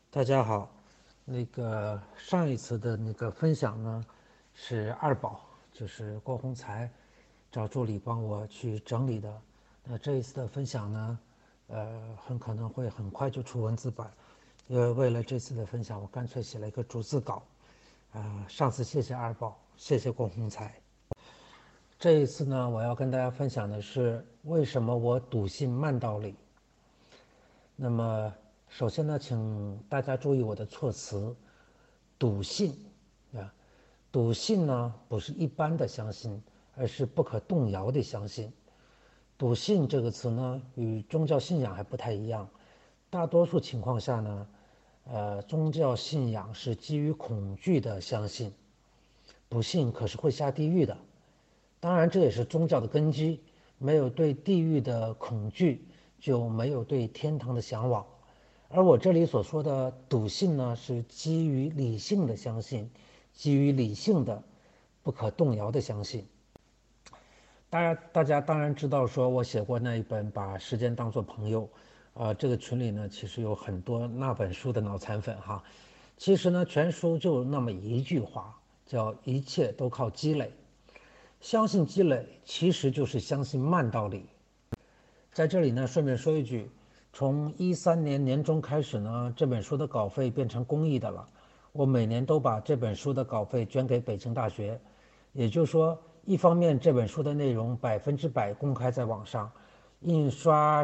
大家好，上一次的分享呢，是二宝，就是郭洪才找助理帮我去整理的。那这一次的分享呢，很可能会很快就出文字版，因为为了这次的分享，我干脆写了一个逐字稿。上次谢谢二宝，谢谢郭洪才。这一次呢，我要跟大家分享的是为什么我笃信慢道理。那么，首先呢，请大家注意我的措辞，笃信啊，笃信呢不是一般的相信，而是不可动摇的相信。笃信这个词呢，与宗教信仰还不太一样。大多数情况下呢，宗教信仰是基于恐惧的相信，不信可是会下地狱的。当然，这也是宗教的根基。没有对地狱的恐惧，就没有对天堂的向往。而我这里所说的笃信呢，是基于理性的相信，基于理性的不可动摇的相信。大家当然知道，说我写过那一本《把时间当作朋友》，这个群里呢，其实有很多那本书的脑残粉哈。其实呢，全书就那么一句话，叫“一切都靠积累”。相信积累，其实就是相信慢道理。在这里呢，顺便说一句，从2013年年中开始呢，这本书的稿费变成公益的了。我每年都把这本书的稿费捐给北京大学，也就是说，一方面这本书的内容100%公开在网上，印刷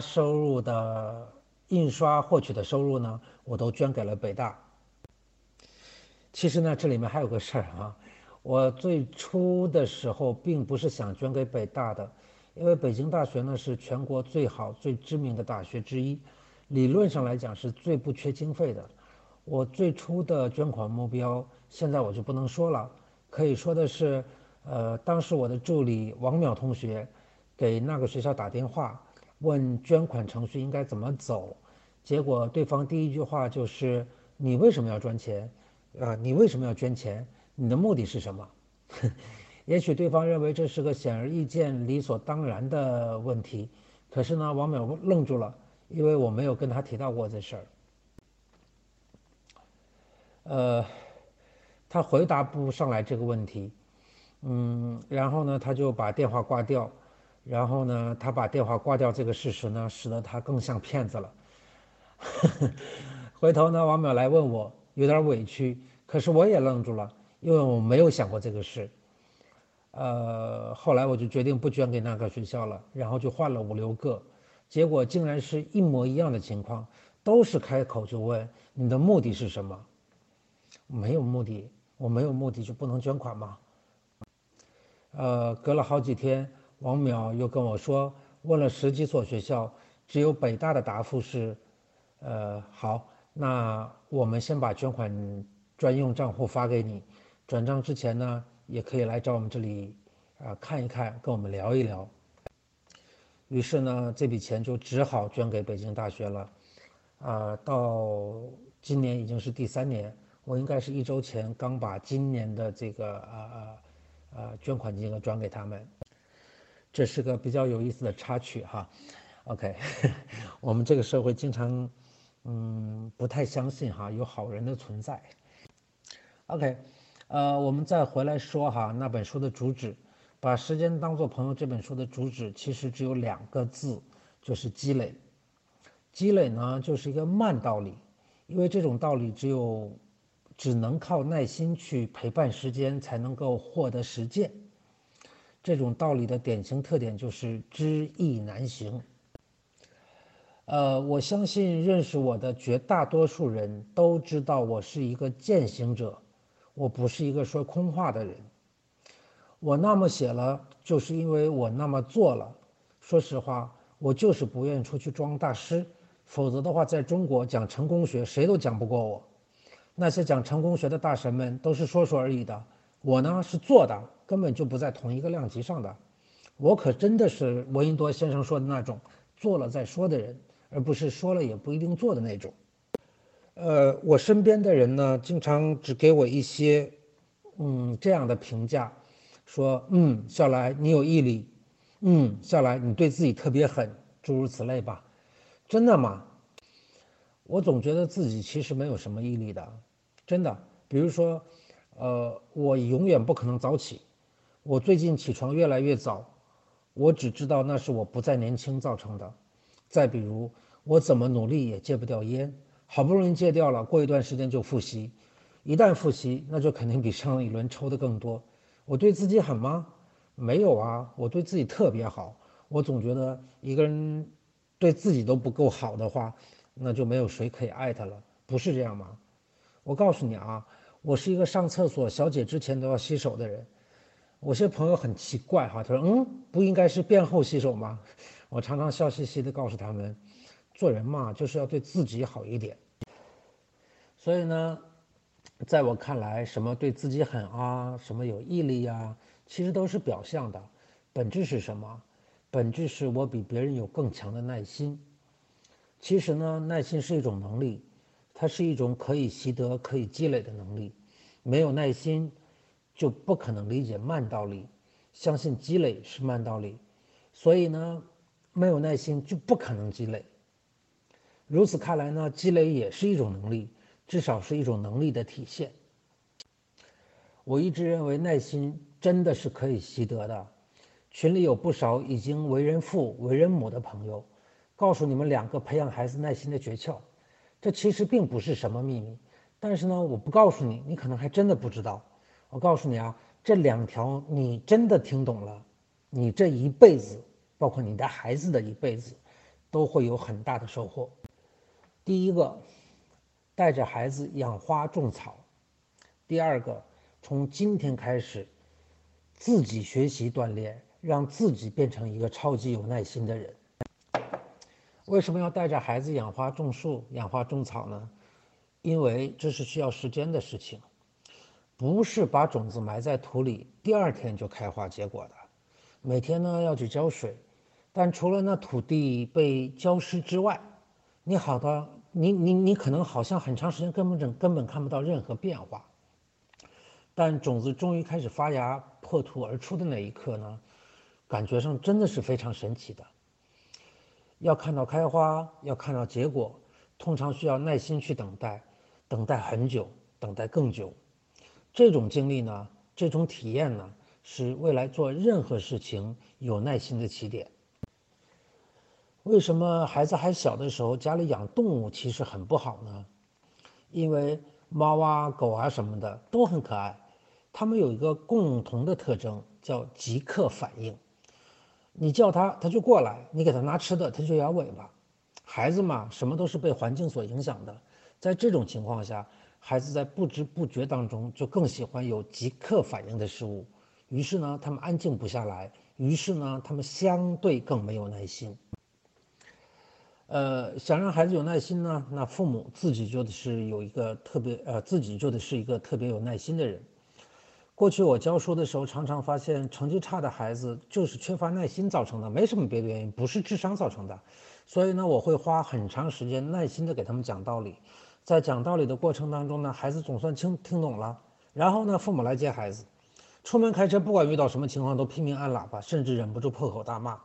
获取的收入呢，我都捐给了北大。其实呢，这里面还有个事儿啊，我最初的时候并不是想捐给北大的，因为北京大学呢是全国最好、最知名的大学之一，理论上来讲是最不缺经费的。我最初的捐款目标，现在我就不能说了，可以说的是，当时我的助理王淼同学给那个学校打电话，问捐款程序应该怎么走，结果对方第一句话就是你为什么要捐钱？你为什么要捐钱？你的目的是什么？也许对方认为这是个显而易见、理所当然的问题，可是呢，王淼愣住了，因为我没有跟他提到过这事儿。他回答不上来这个问题，然后呢，他就把电话挂掉，然后呢，他把电话挂掉这个事实呢，使得他更像骗子了。回头呢，王淼来问我，有点委屈，可是我也愣住了，因为我没有想过这个事。后来我就决定不捐给那个学校了，然后就换了5、6个，结果竟然是一模一样的情况，都是开口就问你的目的是什么？没有目的，我没有目的就不能捐款吗？隔了好几天，王淼又跟我说，问了10几所学校，只有北大的答复是，好，那我们先把捐款专用账户发给你，转账之前呢，也可以来找我们这里，看一看，跟我们聊一聊。于是呢，这笔钱就只好捐给北京大学了。到今年已经是第3年，我应该是1周前刚把今年的这个捐款金额转给他们。这是个比较有意思的插曲哈。OK，我们这个社会经常不太相信哈有好人的存在。OK，我们再回来说哈那本书的主旨，把时间当作朋友这本书的主旨其实只有2个字，就是积累。积累呢就是一个慢道理，因为这种道理只能靠耐心去陪伴时间才能够获得实践。这种道理的典型特点就是知易难行。我相信认识我的绝大多数人都知道我是一个践行者，我不是一个说空话的人。我那么写了，就是因为我那么做了。说实话，我就是不愿意出去装大师，否则的话，在中国讲成功学，谁都讲不过我。那些讲成功学的大神们都是说说而已的，我呢是做的，根本就不在同一个量级上的。我可真的是闻一多先生说的那种做了再说的人，而不是说了也不一定做的那种。我身边的人呢，经常只给我一些这样的评价，说笑来你有毅力，笑来你对自己特别狠，诸如此类吧。真的吗？ 我总觉得自己其实没有什么毅力的，真的。比如说，我永远不可能早起，我最近起床越来越早，我只知道那是我不再年轻造成的。再比如，我怎么努力也戒不掉烟，好不容易戒掉了，过一段时间就复吸，一旦复吸，那就肯定比上一轮抽的更多。我对自己狠吗？没有啊，我对自己特别好。我总觉得一个人对自己都不够好的话，那就没有谁可以爱他了，不是这样吗？我告诉你啊，我是一个上厕所小姐之前都要洗手的人。我些朋友很奇怪哈，他说不应该是便后洗手吗？我常常笑嘻嘻的告诉他们，做人嘛就是要对自己好一点。所以呢，在我看来，什么对自己狠啊，什么有毅力呀，其实都是表象的，本质是什么？本质是我比别人有更强的耐心。其实呢，耐心是一种能力，它是一种可以习得、可以积累的能力。没有耐心，就不可能理解慢道理，相信积累是慢道理。所以呢，没有耐心就不可能积累。如此看来呢，积累也是一种能力，至少是一种能力的体现。我一直认为耐心真的是可以习得的。群里有不少已经为人父、为人母的朋友，告诉你们两个培养孩子耐心的诀窍。这其实并不是什么秘密，但是呢，我不告诉你，你可能还真的不知道。我告诉你啊，这两条你真的听懂了，你这一辈子，包括你的孩子的一辈子，都会有很大的收获。第一个，带着孩子养花种草；第二个，从今天开始，自己学习锻炼，让自己变成一个超级有耐心的人。为什么要带着孩子养花种树、养花种草呢？因为这是需要时间的事情，不是把种子埋在土里，第二天就开花结果的。每天呢要去浇水，但除了那土地被浇湿之外，你可能好像很长时间根本看不到任何变化。但种子终于开始发芽、破土而出的那一刻呢，感觉上真的是非常神奇的。要看到开花，要看到结果，通常需要耐心去等待，等待很久，等待更久。这种经历呢，这种体验呢，是未来做任何事情有耐心的起点。为什么孩子还小的时候家里养动物其实很不好呢？因为猫啊、狗啊什么的都很可爱，它们有一个共同的特征叫即刻反应。你叫它，它就过来；你给它拿吃的，它就摇尾巴。孩子嘛，什么都是被环境所影响的。在这种情况下，孩子在不知不觉当中就更喜欢有即刻反应的事物。于是呢，他们安静不下来。于是呢，他们相对更没有耐心。想让孩子有耐心呢，那父母自己就得是有一个特别自己就得是一个特别有耐心的人。过去我教书的时候，常常发现成绩差的孩子就是缺乏耐心造成的，没什么别的原因，不是智商造成的。所以呢，我会花很长时间耐心的给他们讲道理。在讲道理的过程当中呢，孩子总算听懂了。然后呢，父母来接孩子，出门开车，不管遇到什么情况都拼命按喇叭，甚至忍不住破口大骂。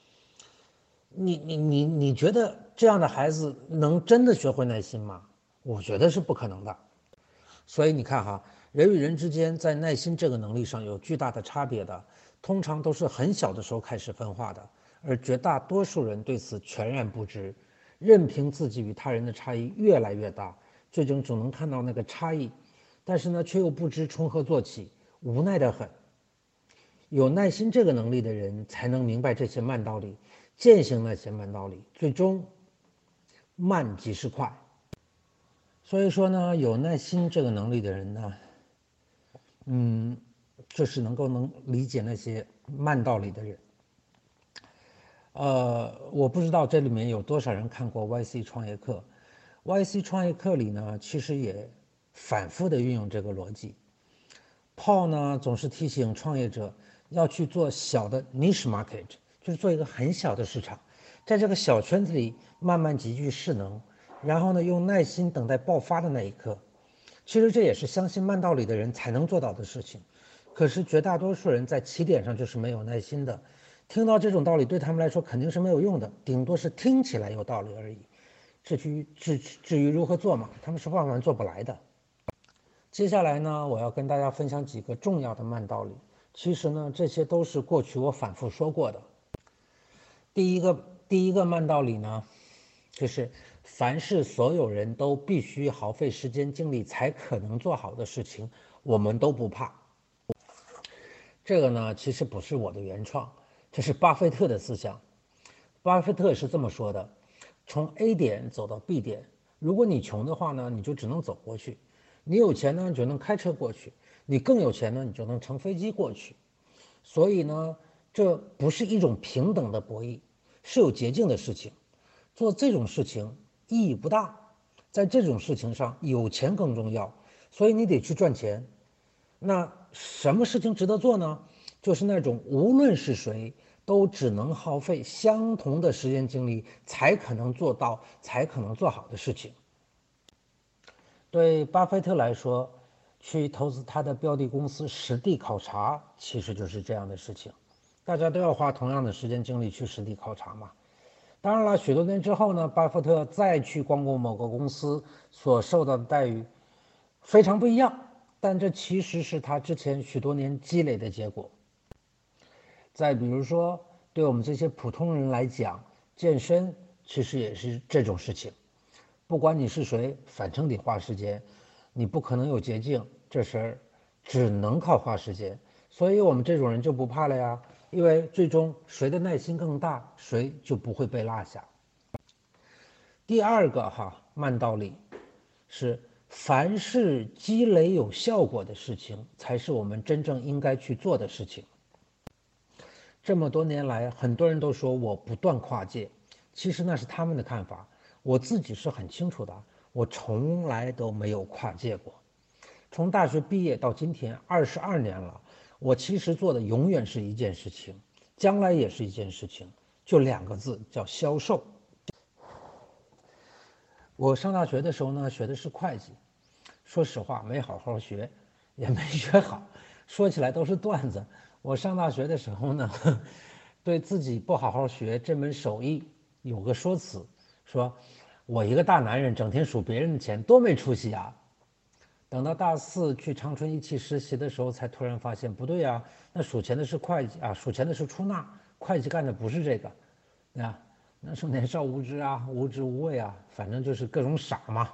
你觉得这样的孩子能真的学会耐心吗？我觉得是不可能的。所以你看哈，人与人之间在耐心这个能力上有巨大的差别的，通常都是很小的时候开始分化的，而绝大多数人对此全然不知，任凭自己与他人的差异越来越大，最终总能看到那个差异，但是呢，却又不知从何做起，无奈得很。有耐心这个能力的人才能明白这些慢道理，践行那些慢道理，最终慢即是快。所以说呢，有耐心这个能力的人呢，就是能理解那些慢道理的人。我不知道这里面有多少人看过 YC 创业课。YC 创业课里呢，其实也反复的运用这个逻辑。Paul 呢总是提醒创业者要去做小的 niche market， 就是做一个很小的市场，在这个小圈子里慢慢集聚势能，然后呢用耐心等待爆发的那一刻。其实这也是相信慢道理的人才能做到的事情。可是绝大多数人在起点上就是没有耐心的，听到这种道理对他们来说肯定是没有用的，顶多是听起来有道理而已。 至于如何做嘛，他们是万万做不来的。接下来呢，我要跟大家分享几个重要的慢道理。其实呢，这些都是过去我反复说过的。第一个慢道理呢，就是凡是所有人都必须耗费时间精力才可能做好的事情，我们都不怕。这个呢，其实不是我的原创，这是巴菲特的思想。巴菲特是这么说的：从 A 点走到 B 点，如果你穷的话呢，你就只能走过去；你有钱呢，你就能开车过去；你更有钱呢，你就能乘飞机过去。所以呢，这不是一种平等的博弈，是有捷径的事情。做这种事情意义不大，在这种事情上，有钱更重要，所以你得去赚钱。那什么事情值得做呢？就是那种无论是谁都只能耗费相同的时间精力才可能做到、才可能做好的事情。对巴菲特来说，去投资他的标的公司实地考察，其实就是这样的事情。大家都要花同样的时间精力去实地考察嘛。当然了，许多年之后呢，巴菲特再去光顾某个公司所受到的待遇非常不一样，但这其实是他之前许多年积累的结果。再比如说，对我们这些普通人来讲，健身其实也是这种事情。不管你是谁，反正得花时间，你不可能有捷径，这事儿只能靠花时间。所以我们这种人就不怕了呀，因为最终谁的耐心更大，谁就不会被落下。第二个慢道理是，凡是积累有效果的事情，才是我们真正应该去做的事情。这么多年来，很多人都说我不断跨界，其实那是他们的看法，我自己是很清楚的，我从来都没有跨界过。从大学毕业到今天22年了，我其实做的永远是一件事情，将来也是一件事情，就2个字，叫销售。我上大学的时候呢，学的是会计，说实话没好好学，也没学好，说起来都是段子。我上大学的时候呢，对自己不好好学这门手艺有个说辞，说我一个大男人整天数别人的钱，多没出息啊。等到大4去长春一汽实习的时候，才突然发现不对啊，那数钱的是会计啊，数钱的是出纳，会计干的不是这个，啊，那是年少无知啊，无知无畏啊，反正就是各种傻嘛。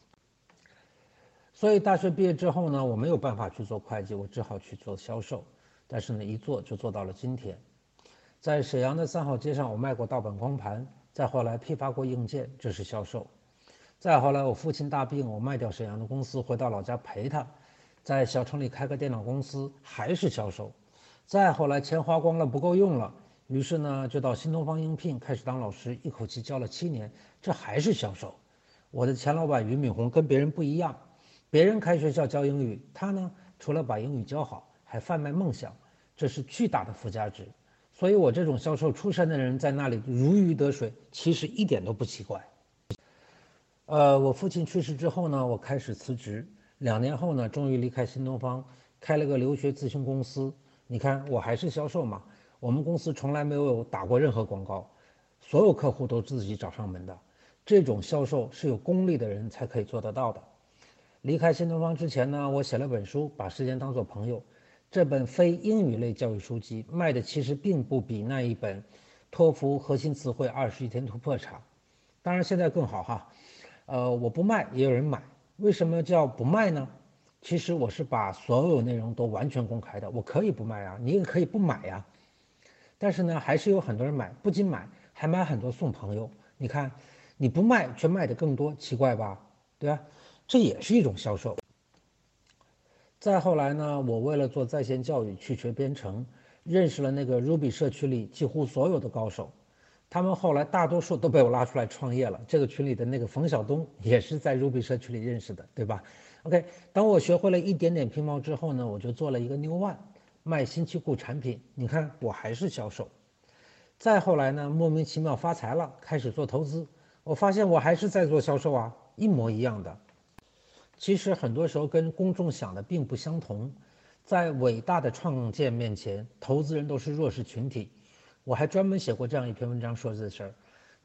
所以大学毕业之后呢，我没有办法去做会计，我只好去做销售。但是呢，一做就做到了今天。在沈阳的3号街上，我卖过盗版光盘，再后来批发过硬件，这是销售。再后来我父亲大病，我卖掉沈阳的公司，回到老家陪他，在小城里开个电脑公司，还是销售。再后来钱花光了，不够用了，于是呢就到新东方应聘，开始当老师，一口气教了7年，这还是销售。我的前老板俞敏洪跟别人不一样，别人开学校教英语，他呢除了把英语教好，还贩卖梦想，这是巨大的附加值。所以我这种销售出身的人在那里如鱼得水，其实一点都不奇怪。我父亲去世之后呢，我开始辞职，2年后呢，终于离开新东方，开了个留学咨询公司。你看，我还是销售嘛，我们公司从来没有打过任何广告，所有客户都自己找上门的。这种销售是有功力的人才可以做得到的。离开新东方之前呢，我写了本书，把时间当作朋友。这本非英语类教育书籍卖的其实并不比那一本托福核心词汇21天突破差，当然现在更好哈。我不卖也有人买，为什么叫不卖呢？其实我是把所有内容都完全公开的，我可以不卖啊，你也可以不买呀。但是呢，还是有很多人买，不仅买，还买很多送朋友。你看，你不卖却卖的更多，奇怪吧？对吧？这也是一种销售。再后来呢，我为了做在线教育去学编程，认识了那个 Ruby 社区里几乎所有的高手，他们后来大多数都被我拉出来创业了。这个群里的那个冯晓东也是在 Ruby 社区里认识的，对吧 ？OK， 当我学会了一点点皮毛之后呢，我就做了一个 New One， 卖新奇酷产品。你看，我还是销售。再后来呢，莫名其妙发财了，开始做投资，我发现我还是在做销售啊，一模一样的。其实很多时候跟公众想的并不相同，在伟大的创建面前，投资人都是弱势群体。我还专门写过这样一篇文章说这事儿。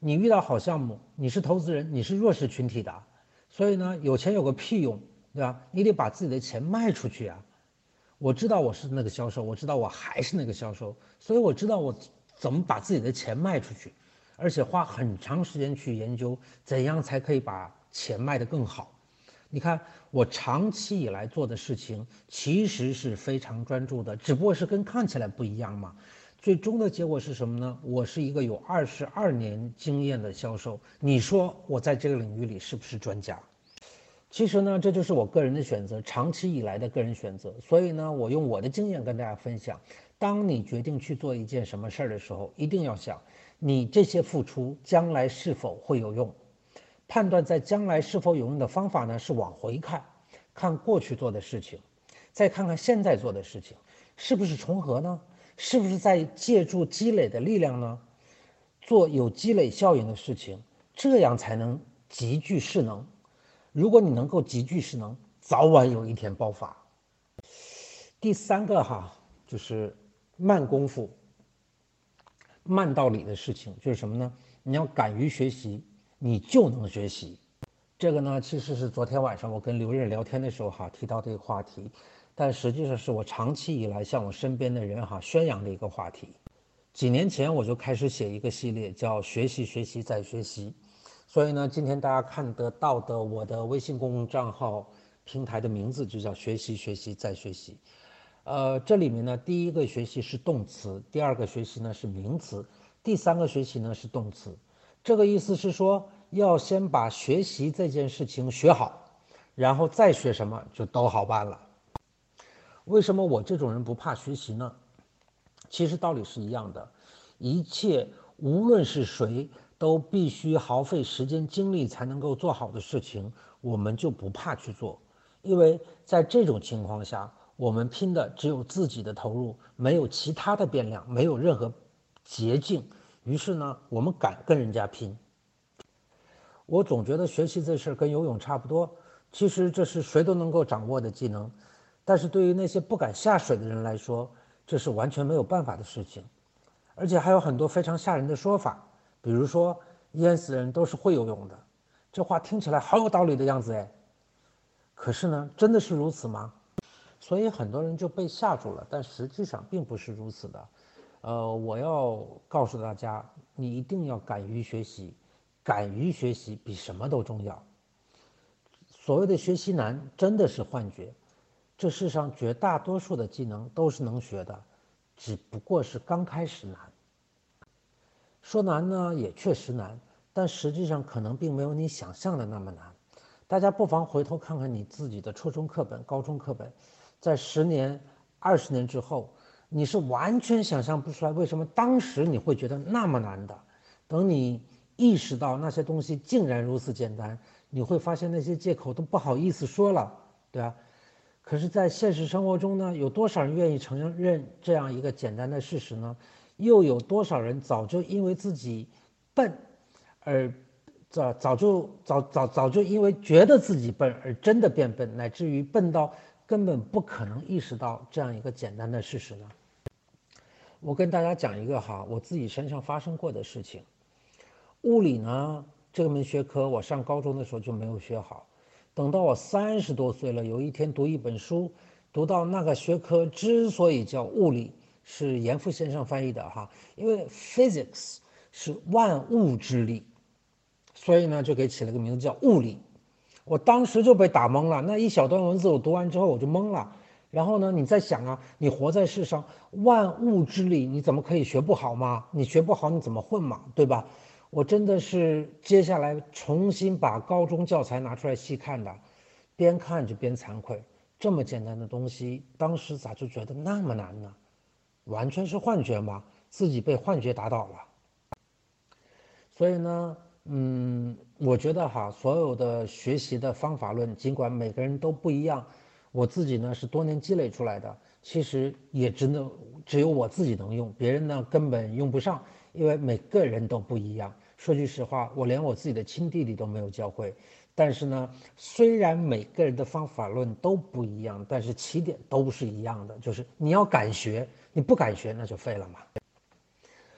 你遇到好项目，你是投资人，你是弱势群体的，所以呢，有钱有个屁用，对吧？你得把自己的钱卖出去啊。我知道我是那个销售，我知道我还是那个销售，所以我知道我怎么把自己的钱卖出去，而且花很长时间去研究怎样才可以把钱卖得更好。你看，我长期以来做的事情其实是非常专注的，只不过是跟看起来不一样嘛。最终的结果是什么呢？我是一个有22年经验的销售，你说我在这个领域里是不是专家？其实呢，这就是我个人的选择，长期以来的个人选择。所以呢，我用我的经验跟大家分享：当你决定去做一件什么事儿的时候，一定要想，你这些付出将来是否会有用。判断在将来是否有用的方法呢，是往回看，看过去做的事情，再看看现在做的事情，是不是重合呢？是不是在借助积累的力量呢？做有积累效应的事情，这样才能集聚势能。如果你能够集聚势能，早晚有一天爆发。第三个就是慢功夫、慢道理的事情，就是什么呢？你要敢于学习，你就能学习。这个呢，其实是昨天晚上我跟刘润聊天的时候提到这个话题，但实际上是我长期以来向我身边的人宣扬的一个话题。几年前我就开始写一个系列，叫学习学习再学习。所以呢，今天大家看得到的我的微信公众账号平台的名字就叫学习学习再学习。这里面呢，第一个学习是动词，第二个学习呢是名词，第三个学习呢是动词。这个意思是说，要先把学习这件事情学好，然后再学什么就都好办了。为什么我这种人不怕学习呢？其实道理是一样的，一切无论是谁都必须耗费时间精力才能够做好的事情，我们就不怕去做，因为在这种情况下，我们拼的只有自己的投入，没有其他的变量，没有任何捷径。于是呢，我们敢跟人家拼。我总觉得学习这事儿跟游泳差不多，其实这是谁都能够掌握的技能，但是对于那些不敢下水的人来说，这是完全没有办法的事情。而且还有很多非常吓人的说法，比如说淹死人都是会游泳的，这话听起来好有道理的样子哎。可是呢，真的是如此吗？所以很多人就被吓住了，但实际上并不是如此的。我要告诉大家，你一定要敢于学习，敢于学习比什么都重要。所谓的学习难，真的是幻觉。这世上绝大多数的技能都是能学的，只不过是刚开始难。说难呢，也确实难，但实际上可能并没有你想象的那么难。大家不妨回头看看你自己的初中课本、高中课本，在10年、20年之后，你是完全想象不出来为什么当时你会觉得那么难的。等你意识到那些东西竟然如此简单，你会发现那些借口都不好意思说了，对吧？可是，在现实生活中呢，有多少人愿意承认这样一个简单的事实呢？又有多少人早就因为自己笨，而早就因为觉得自己笨而真的变笨，乃至于笨到根本不可能意识到这样一个简单的事实呢？我跟大家讲一个我自己身上发生过的事情。物理呢，这门学科我上高中的时候就没有学好，等到我30多岁了，有一天读一本书，读到那个学科之所以叫物理，是严复先生翻译的因为 physics 是万物之理，所以呢就给起了个名字叫物理。我当时就被打懵了，那一小段文字我读完之后我就懵了。然后呢，你在想你活在世上，万物之理，你怎么可以学不好吗？你学不好你怎么混嘛，对吧？我真的是接下来重新把高中教材拿出来细看的，边看就边惭愧，这么简单的东西，当时咋就觉得那么难呢？完全是幻觉吗？自己被幻觉打倒了。所以呢，我觉得所有的学习的方法论，尽管每个人都不一样，我自己呢是多年积累出来的，其实也只有我自己能用，别人呢根本用不上，因为每个人都不一样。说句实话，我连我自己的亲弟弟都没有教会。但是呢，虽然每个人的方法论都不一样，但是起点都是一样的，就是你要敢学，你不敢学那就废了嘛。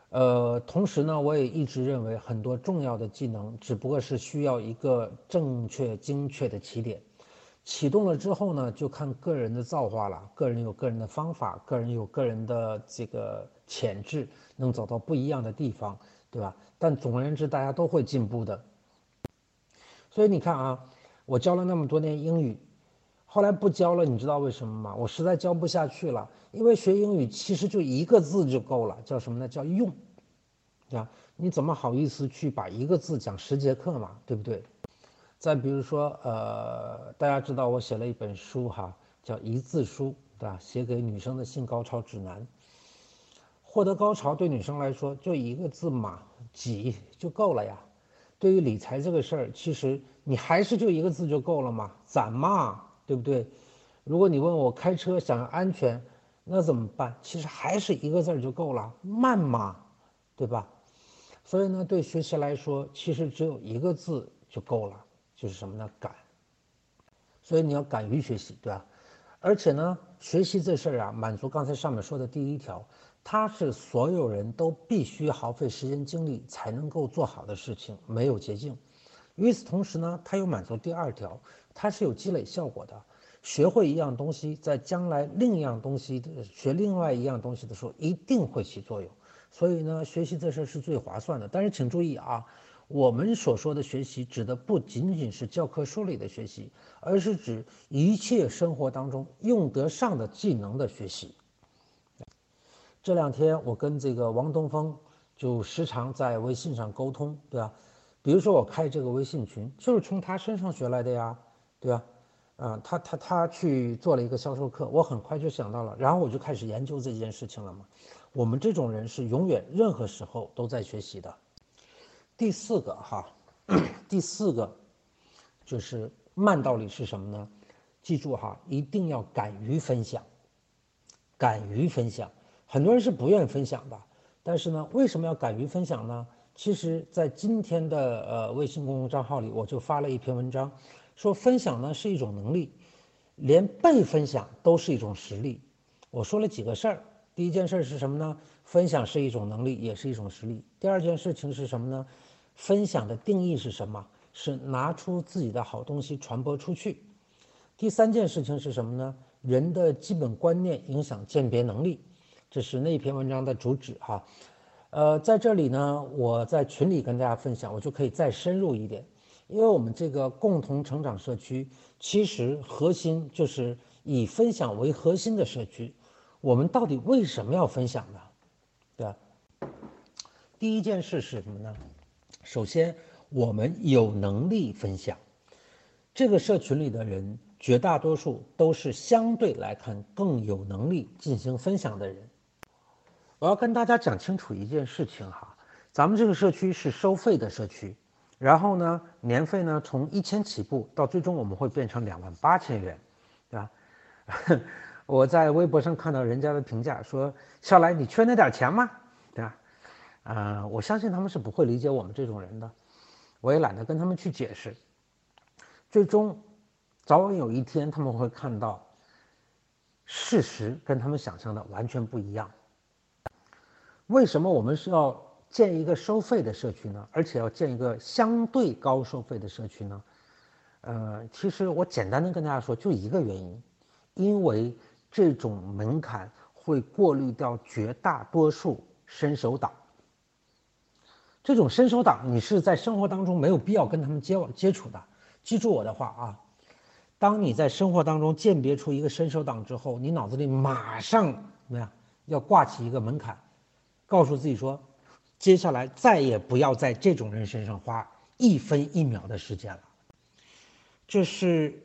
同时呢，我也一直认为很多重要的技能只不过是需要一个正确精确的起点，启动了之后呢，就看个人的造化了，个人有个人的方法，个人有个人的这个潜质，能走到不一样的地方，对吧？但总而言之，大家都会进步的。所以你看啊，我教了那么多年英语，后来不教了，你知道为什么吗？我实在教不下去了，因为学英语其实就一个字就够了，叫什么呢？叫用，对吧？你怎么好意思去把一个字讲10节课嘛，对不对？再比如说，大家知道我写了一本书哈，叫一字书，对吧？写给女生的性高潮指南。获得高潮对女生来说就一个字嘛，挤就够了呀。对于理财这个事儿，其实你还是就一个字就够了嘛，攒嘛，对不对？如果你问我开车想要安全，那怎么办？其实还是一个字就够了，慢嘛，对吧？所以呢，对学习来说，其实只有一个字就够了，就是什么呢？敢。所以你要敢于学习，对吧？而且呢，学习这事儿啊，满足刚才上面说的第一条，它是所有人都必须耗费时间精力才能够做好的事情，没有捷径。与此同时呢，它又满足第二条，它是有积累效果的。学会一样东西，在将来另一样东西学另外一样东西的时候，一定会起作用。所以呢，学习这事是最划算的。但是请注意啊，我们所说的学习，指的不仅仅是教科书里的学习，而是指一切生活当中用得上的技能的学习。这2天我跟这个王东峰就时常在微信上沟通，对吧？比如说我开这个微信群，就是从他身上学来的呀，对吧？他去做了一个销售课，我很快就想到了，然后我就开始研究这件事情了嘛。我们这种人是永远任何时候都在学习的。第四个哈，第四个就是慢道理是什么呢？记住哈，一定要敢于分享，敢于分享。很多人是不愿意分享的，但是呢，为什么要敢于分享呢？其实，在今天的微信公众账号里，我就发了一篇文章，说分享呢是一种能力，连被分享都是一种实力。我说了几个事儿，第一件事是什么呢？分享是一种能力，也是一种实力。第二件事情是什么呢？分享的定义是什么？是拿出自己的好东西传播出去。第三件事情是什么呢？人的基本观念影响鉴别能力，这是那篇文章的主旨哈。在这里呢，我在群里跟大家分享，我就可以再深入一点，因为我们这个共同成长社区，其实核心就是以分享为核心的社区。我们到底为什么要分享呢？对吧？第一件事是什么呢？首先，我们有能力分享。这个社群里的人，绝大多数都是相对来看更有能力进行分享的人。我要跟大家讲清楚一件事情哈，咱们这个社区是收费的社区，然后呢，年费呢从1000起步，到最终我们会变成28000元，对吧？我在微博上看到人家的评价说：“少来，你缺那点钱吗？”对吧？我相信他们是不会理解我们这种人的，我也懒得跟他们去解释。最终，早晚有一天他们会看到，事实跟他们想象的完全不一样。为什么我们是要建一个收费的社区呢？而且要建一个相对高收费的社区呢？其实我简单的跟大家说，就一个原因，因为这种门槛会过滤掉绝大多数伸手党。这种伸手党，你是在生活当中没有必要跟他们接触的。记住我的话啊，当你在生活当中鉴别出一个伸手党之后，你脑子里马上怎么样？要挂起一个门槛。告诉自己说，接下来再也不要在这种人身上花1分1秒的时间了。这是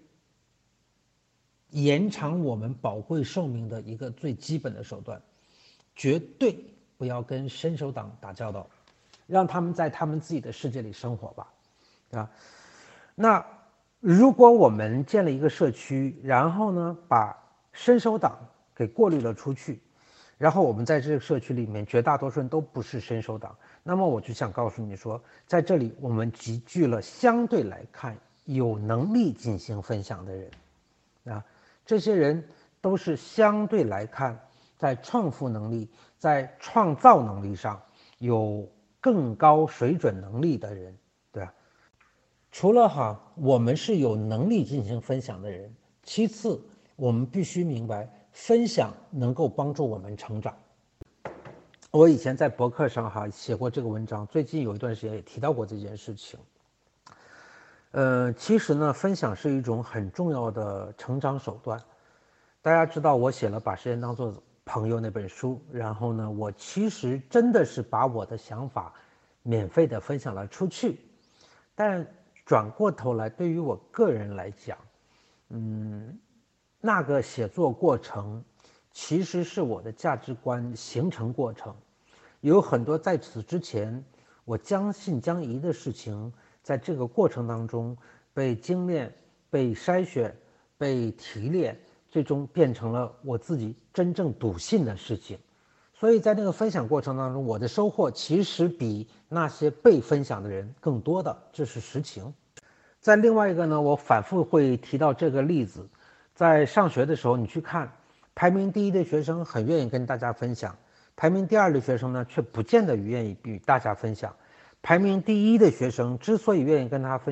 延长我们宝贵寿命的一个最基本的手段，绝对不要跟伸手党打交道，让他们在他们自己的世界里生活吧，对吧？那如果我们建了一个社区，然后呢，把伸手党给过滤了出去，然后我们在这个社区里面，绝大多数人都不是伸手党。那么我就想告诉你说，在这里我们集聚了相对来看有能力进行分享的人，啊，这些人都是相对来看在创富能力、在创造能力上有更高水准能力的人，对吧？除了我们是有能力进行分享的人，其次我们必须明白，分享能够帮助我们成长。我以前在博客上写过这个文章，最近有一段时间也提到过这件事情。其实呢，分享是一种很重要的成长手段。大家知道，我写了《把时间当作朋友》那本书，然后呢，我其实真的是把我的想法免费的分享了出去。但转过头来，对于我个人来讲，那个写作过程其实是我的价值观形成过程。有很多在此之前我将信将疑的事情，在这个过程当中被精炼、被筛选、被提炼，最终变成了我自己真正笃信的事情。所以在那个分享过程当中，我的收获其实比那些被分享的人更多的，这是实情。在另外一个呢，我反复会提到这个例子，在上学的时候，你去看排名第一的学生很愿意跟大家分享，排名第二的学生呢，却不见得愿意与大家分享。排名第一的学生之所以愿意跟大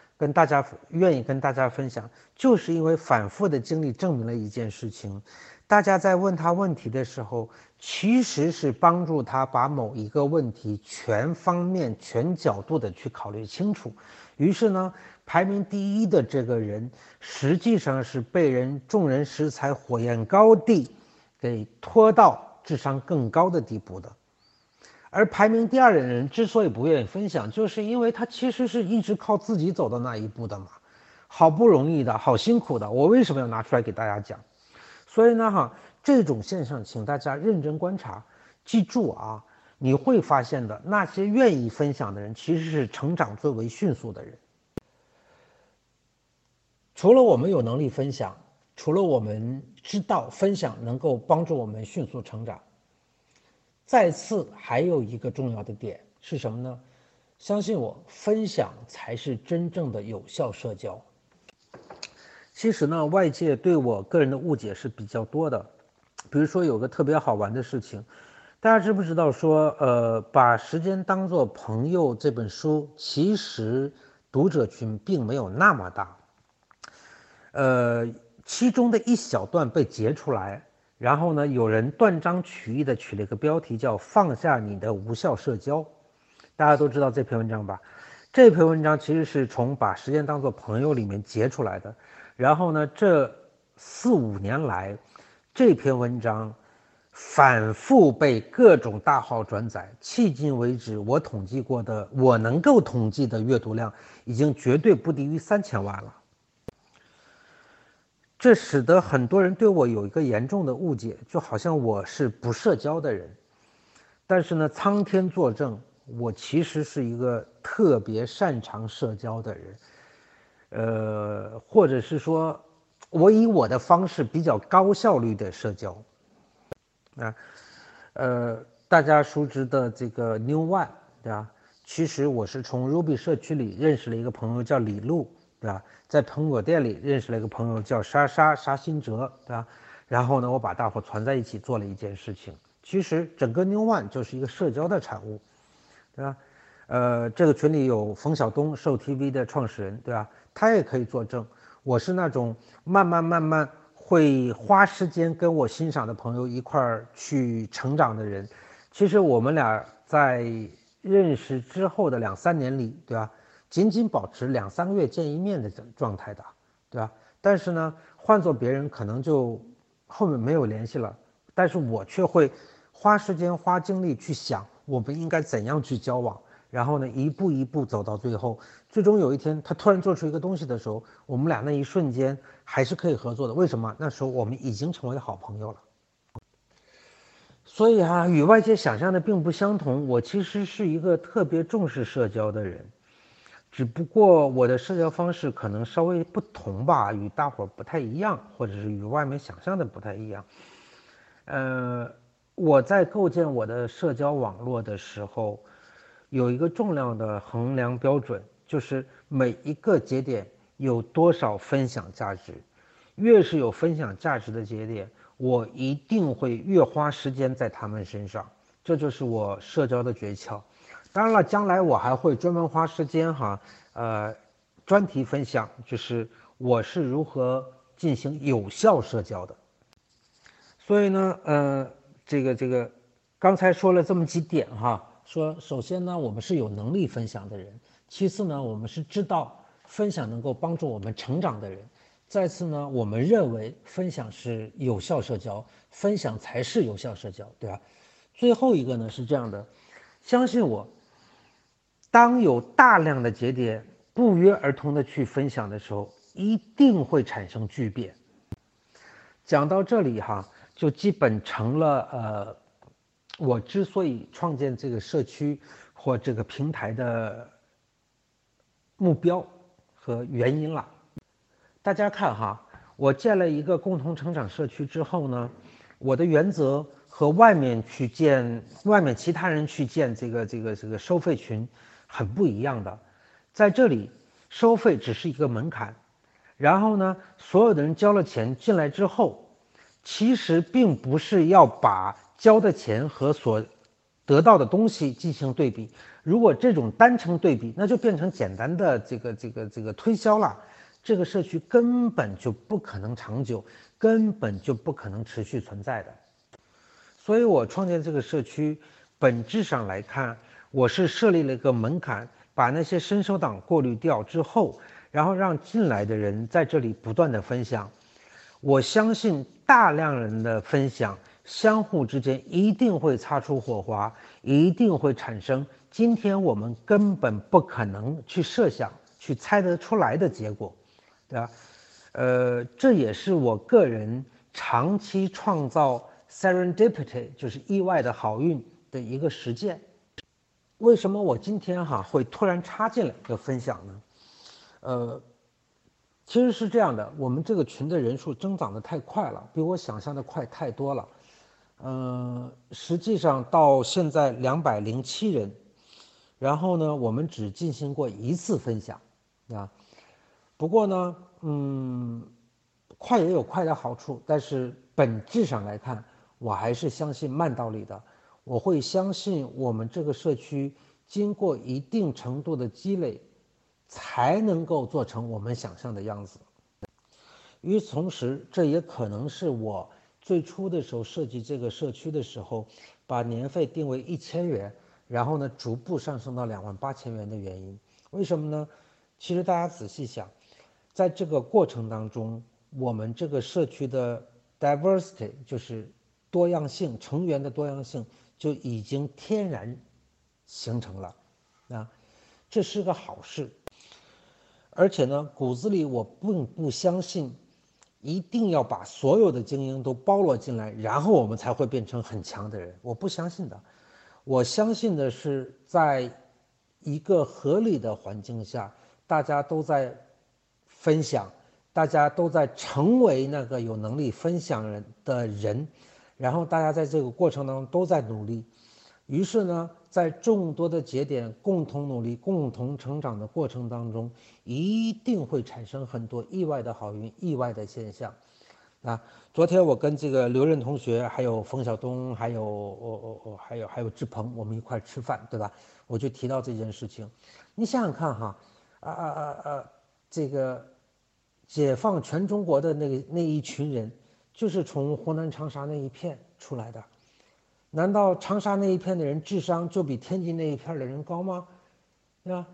家分享，就是因为反复的经历证明了一件事情：大家在问他问题的时候，其实是帮助他把某一个问题全方面、全角度的去考虑清楚。于是呢，排名第一的这个人，实际上是被众人拾柴火焰高地给拖到智商更高的地步的。而排名第二的人之所以不愿意分享，就是因为他其实是一直靠自己走到那一步的嘛，好不容易的，好辛苦的，我为什么要拿出来给大家讲？所以呢，这种现象，请大家认真观察，记住啊，你会发现的，那些愿意分享的人，其实是成长最为迅速的人。除了我们有能力分享，除了我们知道分享能够帮助我们迅速成长，再次还有一个重要的点是什么呢？相信我，分享才是真正的有效社交。其实呢，外界对我个人的误解是比较多的。比如说有个特别好玩的事情，大家知不知道说，把时间当作朋友这本书，其实读者群并没有那么大。其中的一小段被截出来，然后呢，有人断章取义的取了一个标题叫"放下你的无效社交"。大家都知道这篇文章吧？这篇文章其实是从把时间当作朋友里面截出来的。然后呢，这4、5年来，这篇文章反复被各种大号转载，迄今为止我统计过的，我能够统计的阅读量已经绝对不低于3000万了。这使得很多人对我有一个严重的误解，就好像我是不社交的人。但是呢，苍天作证，我其实是一个特别擅长社交的人。或者是说，我以我的方式比较高效率的社交。大家熟知的这个 New One， 对吧？其实我是从 Ruby 社区里认识了一个朋友叫李璐，对吧？在苹果店里认识了一个朋友叫沙新哲，对吧？然后呢，我把大伙团在一起做了一件事情。其实整个 New One 就是一个社交的产物，对吧？这个群里有冯小东，瘦 TV 的创始人，对吧？他也可以作证，我是那种慢慢会花时间跟我欣赏的朋友一块儿去成长的人。其实我们俩在认识之后的2、3年里，对吧？仅仅保持2、3个月见一面的状态的，对吧？但是呢，换做别人可能就后面没有联系了，但是我却会花时间花精力去想我们应该怎样去交往，然后呢一步一步走到最后，最终有一天他突然做出一个东西的时候，我们俩那一瞬间还是可以合作的。为什么？那时候我们已经成为好朋友了。所以与外界想象的并不相同，我其实是一个特别重视社交的人，只不过我的社交方式可能稍微不同吧，与大伙不太一样，或者是与外面想象的不太一样。我在构建我的社交网络的时候，有一个重要的衡量标准，就是每一个节点有多少分享价值。越是有分享价值的节点，我一定会越花时间在他们身上。 这就是我社交的诀窍。当然了，将来我还会专门花时间专题分享，就是我是如何进行有效社交的。所以呢，刚才说了这么几点说首先呢，我们是有能力分享的人；其次呢，我们是知道分享能够帮助我们成长的人；再次呢，我们认为分享是有效社交，分享才是有效社交，对吧？最后一个呢是这样的，相信我，当有大量的节点不约而同的去分享的时候，一定会产生巨变。讲到这里就基本成了我之所以创建这个社区或这个平台的目标和原因了。大家看我建了一个共同成长社区之后呢，我的原则和外面其他人去建这个收费群很不一样的。在这里，收费只是一个门槛，然后呢，所有的人交了钱进来之后，其实并不是要把交的钱和所得到的东西进行对比。如果这种单成对比，那就变成简单的这个推销了。这个社区根本就不可能长久，根本就不可能持续存在的。所以我创建这个社区，本质上来看，我是设立了一个门槛，把那些伸手党过滤掉之后，然后让进来的人在这里不断的分享。我相信大量人的分享，相互之间一定会擦出火花，一定会产生今天我们根本不可能去设想、去猜得出来的结果，对吧？这也是我个人长期创造 serendipity， 就是意外的好运的一个实践。为什么我今天会突然插进来一个分享呢？其实是这样的，我们这个群的人数增长的太快了，比我想象的快太多了。实际上到现在207人，然后呢，我们只进行过1次分享，不过呢，快也有快的好处，但是本质上来看，我还是相信慢道理的。我会相信我们这个社区经过一定程度的积累，才能够做成我们想象的样子。与此同时，这也可能是我最初的时候设计这个社区的时候，把年费定为1000元，然后呢逐步上升到28000元的原因。为什么呢？其实大家仔细想，在这个过程当中，我们这个社区的 diversity 就是多样性，成员的多样性就已经天然形成了，这是个好事。而且呢，骨子里我并不相信一定要把所有的精英都包罗进来，然后我们才会变成很强的人。我不相信的。我相信的是，在一个合理的环境下，大家都在分享，大家都在成为那个有能力分享的人，然后大家在这个过程当中都在努力。于是呢，在众多的节点共同努力、共同成长的过程当中，一定会产生很多意外的好运、意外的现象。昨天我跟这个刘润同学，还有冯晓东，还有志鹏，我们一块吃饭，对吧？我就提到这件事情。你想想看这个解放全中国的那一群人，就是从湖南长沙那一片出来的。难道长沙那一片的人智商就比天津那一片的人高吗？对吧？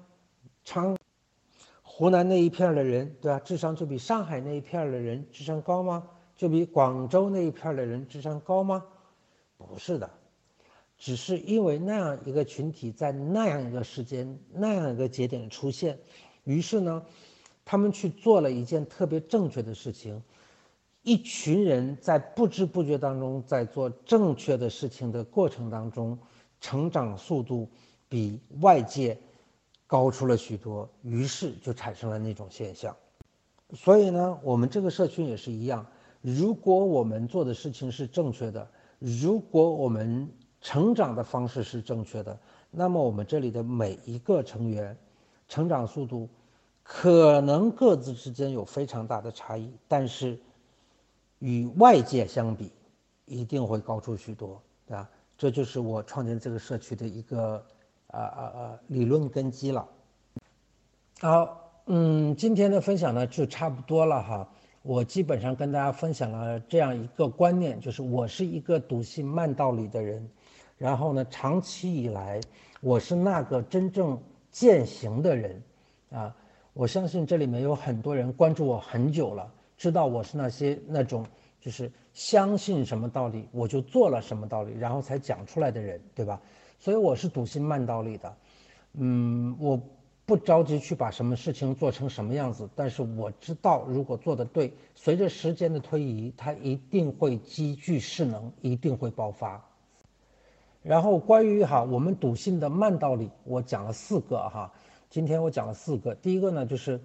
湖南那一片的人，对吧？智商就比上海那一片的人智商高吗？就比广州那一片的人智商高吗？不是的，只是因为那样一个群体在那样一个时间、那样一个节点出现，于是呢，他们去做了一件特别正确的事情。一群人在不知不觉当中，在做正确的事情的过程当中，成长速度比外界高出了许多，于是就产生了那种现象。所以呢，我们这个社群也是一样，如果我们做的事情是正确的，如果我们成长的方式是正确的，那么我们这里的每一个成员成长速度可能各自之间有非常大的差异，但是与外界相比一定会高出许多，对吧？ 这就是我创建这个社区的一个理论根基了。好，今天的分享呢就差不多了哈。我基本上跟大家分享了这样一个观念，就是我是一个笃信慢道理的人，然后呢，长期以来我是那个真正践行的人啊。我相信这里面有很多人关注我很久了，知道我是那种就是相信什么道理我就做了什么道理，然后才讲出来的人，对吧？所以我是笃信慢道理的。我不着急去把什么事情做成什么样子，但是我知道如果做得对，随着时间的推移，它一定会积聚势能，一定会爆发。然后关于我们笃信的慢道理，我讲了4个哈。今天我讲了4个。第一个呢，就是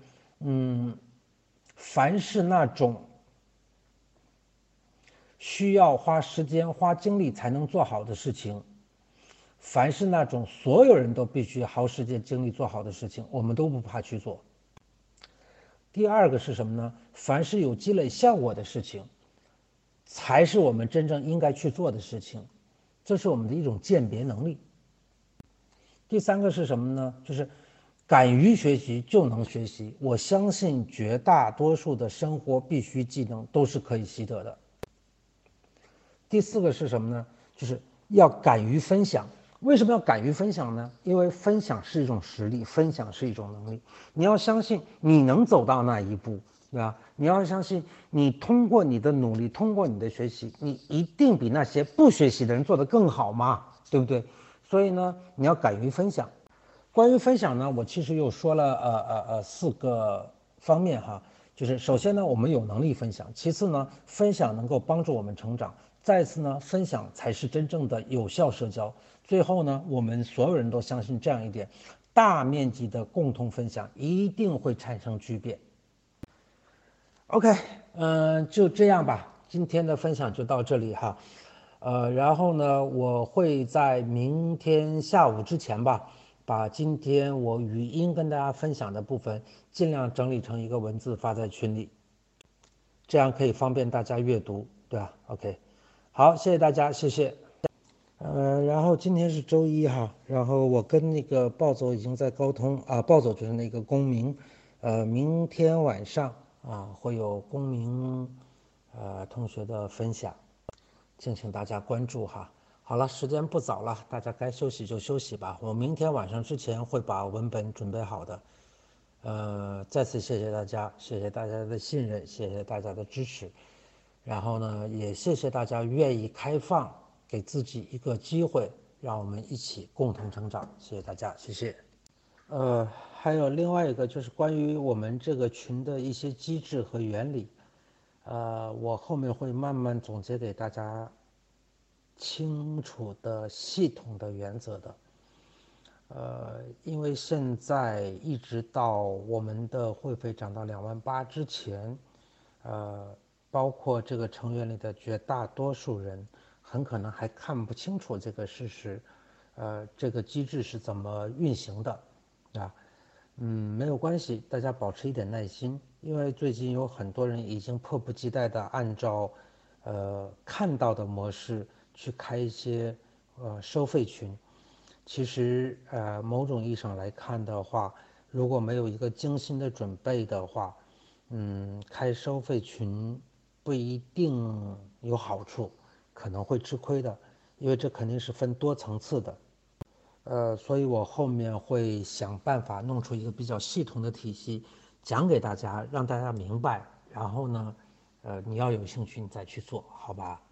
凡是那种需要花时间花精力才能做好的事情，凡是那种所有人都必须耗时间精力做好的事情，我们都不怕去做。第二个是什么呢？凡是有积累效果的事情，才是我们真正应该去做的事情，这是我们的一种鉴别能力。第三个是什么呢？就是敢于学习就能学习。我相信绝大多数的生活必须技能都是可以习得的。第4个是什么呢？就是要敢于分享。为什么要敢于分享呢？因为分享是一种实力，分享是一种能力。你要相信你能走到那一步，对吧？你要相信你通过你的努力，通过你的学习，你一定比那些不学习的人做得更好嘛，对不对？所以呢，你要敢于分享。关于分享呢，我其实又说了4个方面哈，就是首先呢，我们有能力分享；其次呢，分享能够帮助我们成长；再次呢，分享才是真正的有效社交；最后呢，我们所有人都相信这样一点：大面积的共同分享一定会产生巨变。OK，就这样吧，今天的分享就到这里哈。然后呢，我会在明天下午之前吧，把今天我语音跟大家分享的部分尽量整理成一个文字发在群里，这样可以方便大家阅读，对吧 ？OK，好，谢谢大家，谢谢。然后今天是周一哈，然后我跟那个暴走已经在沟通啊，暴走就是那个公民，明天晚上会有公民同学的分享，敬请大家关注哈。好了，时间不早了，大家该休息就休息吧。我明天晚上之前会把文本准备好的。再次谢谢大家，谢谢大家的信任，谢谢大家的支持。然后呢，也谢谢大家愿意开放，给自己一个机会，让我们一起共同成长。谢谢大家，谢谢。还有另外一个就是关于我们这个群的一些机制和原理，我后面会慢慢总结给大家清楚的、系统的原则的。因为现在一直到我们的会费涨到28000之前，包括这个成员里的绝大多数人，很可能还看不清楚这个事实，这个机制是怎么运行的，啊，没有关系，大家保持一点耐心，因为最近有很多人已经迫不及待地按照，看到的模式去开一些收费群。其实某种意义上来看的话，如果没有一个精心的准备的话，开收费群不一定有好处，可能会吃亏的，因为这肯定是分多层次的。所以我后面会想办法弄出一个比较系统的体系，讲给大家，让大家明白。然后呢，你要有兴趣你再去做，好吧？